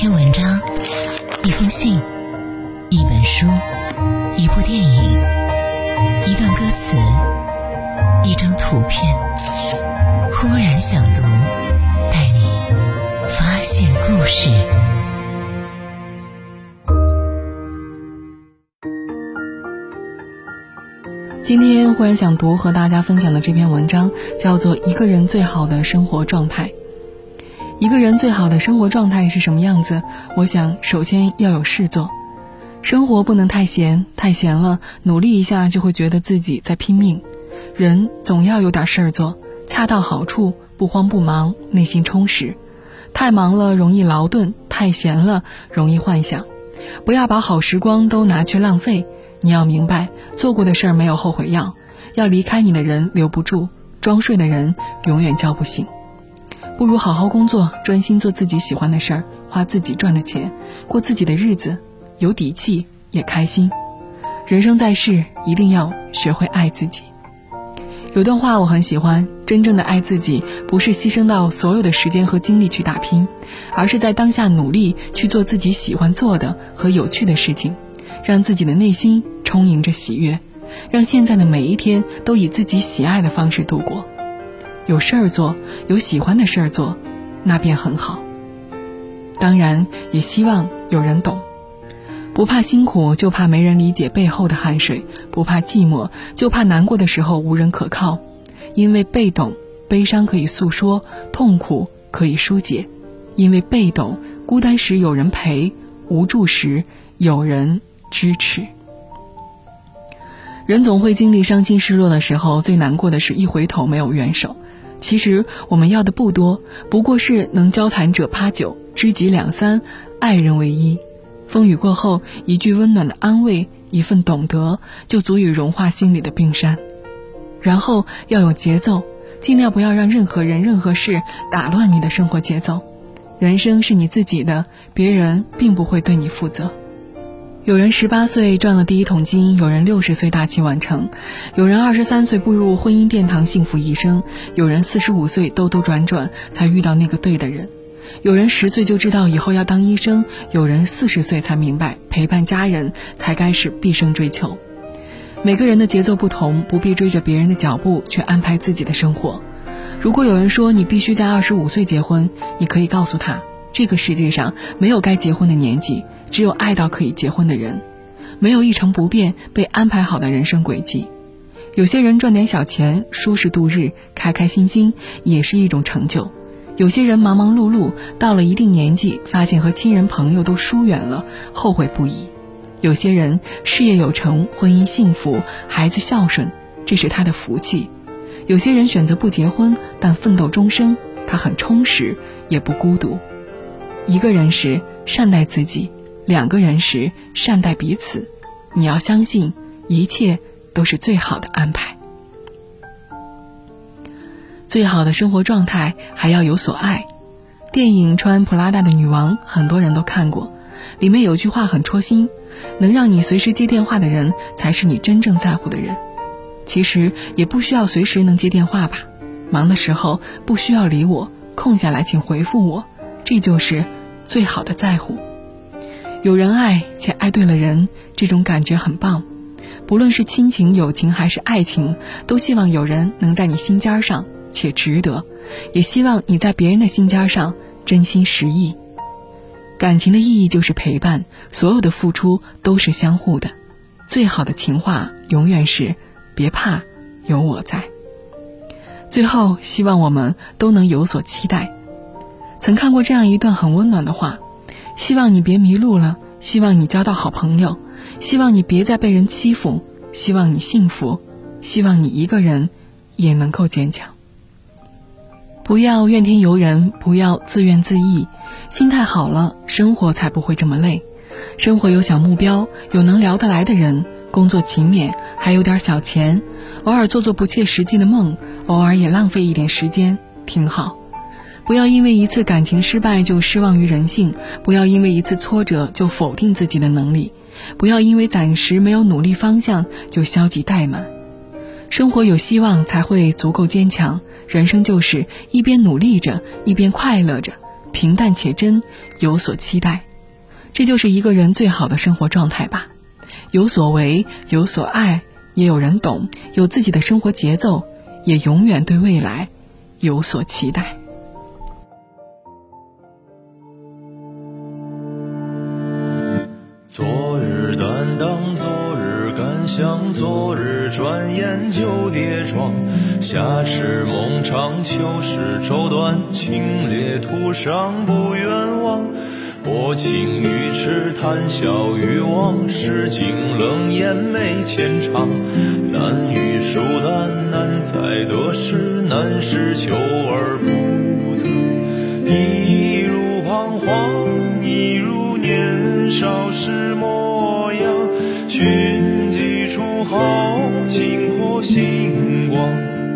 篇文章，一封信，一本书，一部电影，一段歌词，一张图片，忽然想读，带你发现故事。 今天忽然想读和大家分享的这篇文章叫做《一个人最好的生活状态》。一个人最好的生活状态是什么样子？我想首先要有事做。生活不能太闲，太闲了努力一下就会觉得自己在拼命。人总要有点事儿做，恰到好处，不慌不忙，内心充实。太忙了容易劳顿，太闲了容易幻想。不要把好时光都拿去浪费，你要明白，做过的事儿没有后悔药，要离开你的人留不住，装睡的人永远叫不醒。不如好好工作，专心做自己喜欢的事儿，花自己赚的钱，过自己的日子，有底气也开心。人生在世，一定要学会爱自己。有段话我很喜欢，真正的爱自己，不是牺牲到所有的时间和精力去打拼，而是在当下努力去做自己喜欢做的和有趣的事情，让自己的内心充盈着喜悦，让现在的每一天都以自己喜爱的方式度过。有事儿做，有喜欢的事儿做，那便很好。当然也希望有人懂。不怕辛苦，就怕没人理解背后的汗水；不怕寂寞，就怕难过的时候无人可靠。因为被懂，悲伤可以诉说，痛苦可以疏解；因为被懂，孤单时有人陪，无助时有人支持。人总会经历伤心失落的时候，最难过的是一回头没有援手。其实我们要的不多，不过是能交谈者89，知己2 3，爱人为1。风雨过后，一句温暖的安慰，一份懂得，就足以融化心里的冰山。然后要有节奏，尽量不要让任何人任何事打乱你的生活节奏。人生是你自己的，别人并不会对你负责。有人18岁赚了第一桶金，有人60岁大器晚成，有人23岁步入婚姻殿堂幸福一生，有人45岁兜兜转转才遇到那个对的人，有人10岁就知道以后要当医生，有人40岁才明白陪伴家人才该是毕生追求。每个人的节奏不同，不必追着别人的脚步去安排自己的生活。如果有人说你必须在25岁结婚，你可以告诉他，这个世界上没有该结婚的年纪，只有爱到可以结婚的人。没有一成不变被安排好的人生轨迹。有些人赚点小钱，舒适度日，开开心心也是一种成就。有些人忙忙碌碌，到了一定年纪，发现和亲人朋友都疏远了，后悔不已。有些人事业有成，婚姻幸福，孩子孝顺，这是他的福气。有些人选择不结婚，但奋斗终生，他很充实，也不孤独。一个人时善待自己，2个人时善待彼此。你要相信，一切都是最好的安排。最好的生活状态还要有所爱。电影《穿普拉达的女王》很多人都看过，里面有句话很戳心，能让你随时接电话的人才是你真正在乎的人。其实也不需要随时能接电话吧，忙的时候不需要理我，空下来请回复我，这就是最好的在乎。有人爱且爱对了人，这种感觉很棒。不论是亲情、友情还是爱情，都希望有人能在你心尖上且值得，也希望你在别人的心尖上真心实意。感情的意义就是陪伴，所有的付出都是相互的。最好的情话永远是别怕，有我在。最后希望我们都能有所期待。曾看过这样一段很温暖的话，希望你别迷路了，希望你交到好朋友，希望你别再被人欺负，希望你幸福，希望你一个人也能够坚强。不要怨天尤人，不要自怨自艾，心态好了，生活才不会这么累。生活有小目标，有能聊得来的人，工作勤勉，还有点小钱，偶尔做做不切实际的梦，偶尔也浪费一点时间，挺好。不要因为一次感情失败就失望于人性，不要因为一次挫折就否定自己的能力，不要因为暂时没有努力方向就消极怠慢。生活有希望才会足够坚强，人生就是一边努力着，一边快乐着， 平淡且真，有所期待。这就是一个人最好的生活状态吧。有所为，有所爱，也有人懂，有自己的生活节奏，也永远对未来有所期待。 昨日担当，昨日感想，昨日转眼就跌撞。夏时梦长，秋时绸缎，清冽途上不远望。薄情于痴，谈笑于忘，诗经冷眼眉浅长。难于疏淡，难在得失，难是求而不得。一如彷徨，一如年少时模样，寻几处好，惊破星光。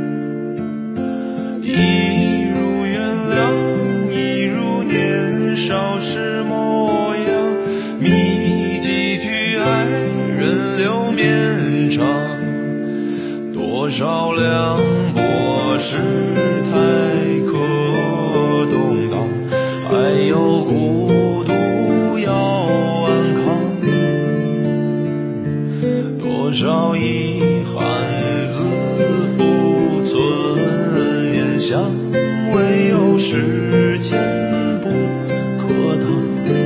一如原谅，一如年少时模样，觅几句爱，人流绵长。多少凉薄世态可动荡，还有孤独要安康。多少遗憾自负存念想，唯有时间不可挡。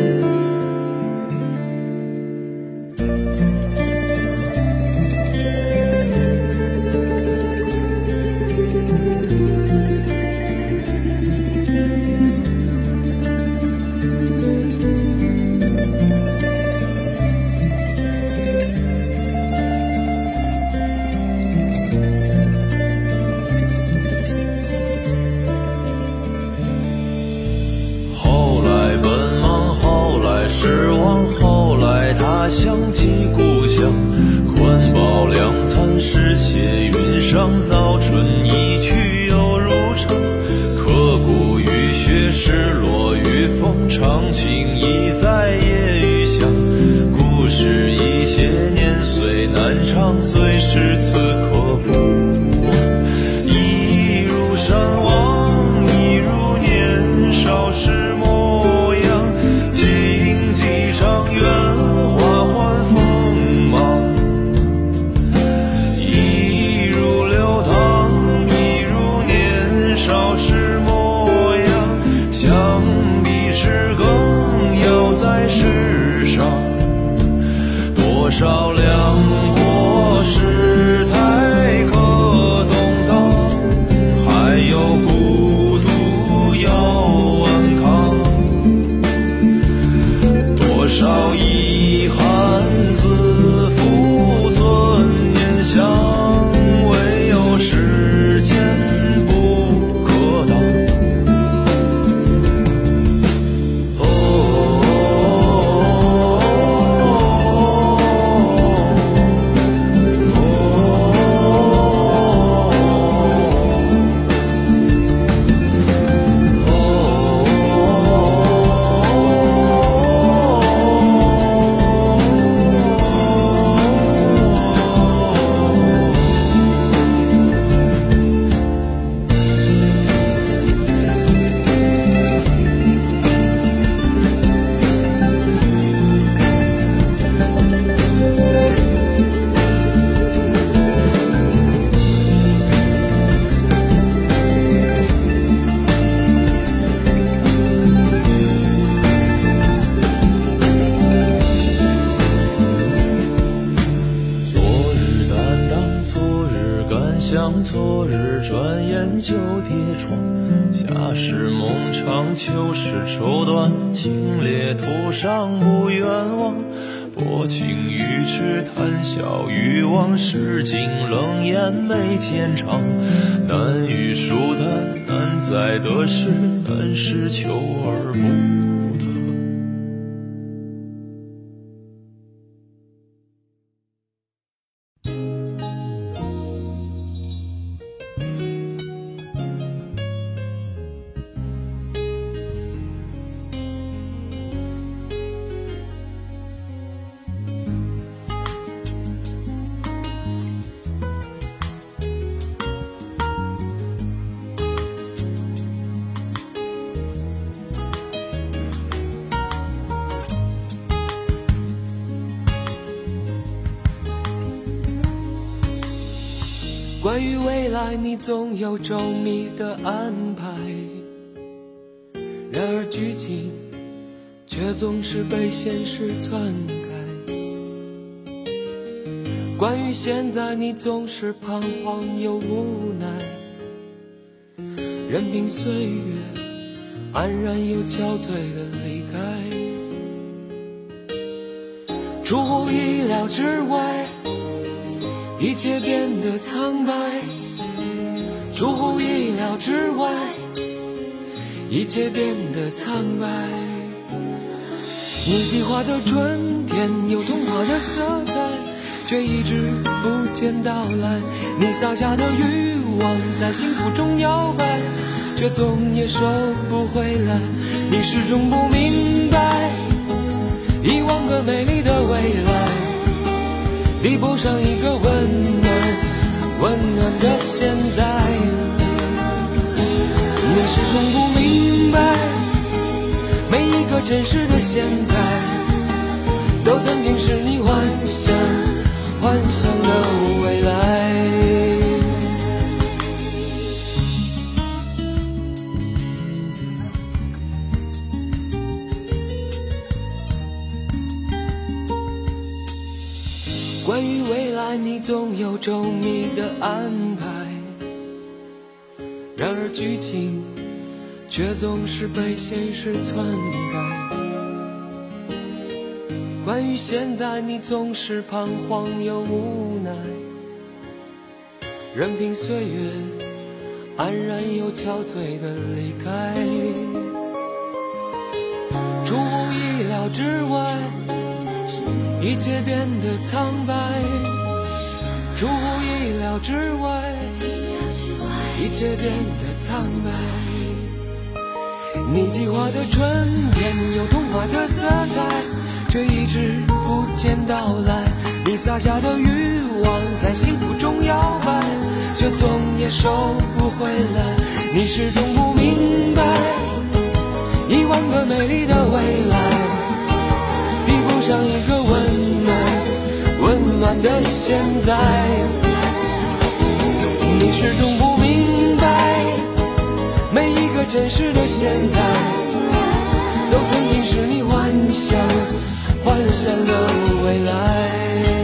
想起故乡，宽饱两餐，诗写云上，早春一去又如常。刻骨雨雪，失落与风，长情已在夜雨响。故事一些年岁难长，最是此刻不忘。一如山望，一如年少时模样，荆棘长远，多少凉薄世态可动荡，还有孤独要安康。多少遗憾自负存念想，唯有时间不可挡。想昨日转眼就跌撞，夏时梦长，秋时绸缎，清冽途上不远望。薄情于痴，谈笑于忘，诗经冷眼眉浅长。难于疏淡，难在得失，难是求而不得。 关于未来，你总有周密的安排，然而剧情却总是被现实篡改。关于现在，你总是彷徨又无奈，任凭岁月安然又憔悴的离开。出乎意料之外，一切变得苍白。出乎意料之外，一切变得苍白。你计划的春天有童话的色彩，却一直不见到来。你撒下的欲望在幸福中摇摆，却总也收不回来。你始终不明白，1万个美丽的未来比不上一个温暖的现在。你始终不明白，每一个真实的现在都曾经是你幻想的未来。关于未来，你总有周密的安排，然而剧情却总是被现实篡改。关于现在，你总是彷徨又无奈，任凭岁月安然又憔悴的离开。出乎意料之外，一切变得苍白。出乎意料之外，一切变得苍白。你计划的春天有童话的色彩，却一直不见到来。你撒下的欲望在幸福中摇摆，却总也收不回来。你始终不明白，1万个美丽的未来比不上一个温暖的现在。你始终不明白，每一个真实的现在都曾经是你幻想的未来。